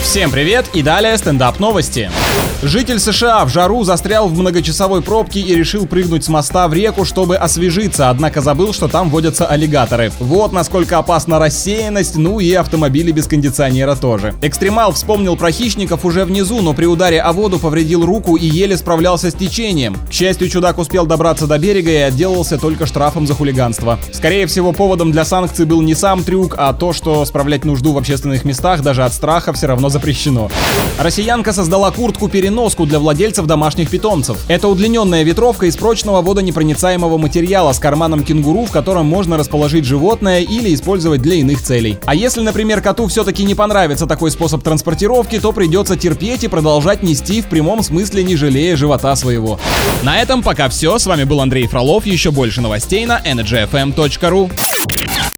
Всем привет и далее стендап новости. Житель США в жару застрял в многочасовой пробке и решил прыгнуть с моста в реку, чтобы освежиться, однако забыл, что там водятся аллигаторы. Вот насколько опасна рассеянность, ну и автомобили без кондиционера тоже. Экстремал вспомнил про хищников уже внизу, но при ударе о воду повредил руку и еле справлялся с течением. К счастью, чудак успел добраться до берега и отделался только штрафом за хулиганство. Скорее всего, поводом для санкций был не сам трюк, а то, что справлять нужду в общественных местах даже от страха все равно запрещено. Россиянка создала куртку-переноску для владельцев домашних питомцев. Это удлиненная ветровка из прочного водонепроницаемого материала с карманом кенгуру, в котором можно расположить животное или использовать для иных целей. А если, например, коту все-таки не понравится такой способ транспортировки, то придется терпеть и продолжать нести в прямом смысле, не жалея живота своего. На этом пока все. С вами был Андрей Фролов. Еще больше новостей на energyfm.ru.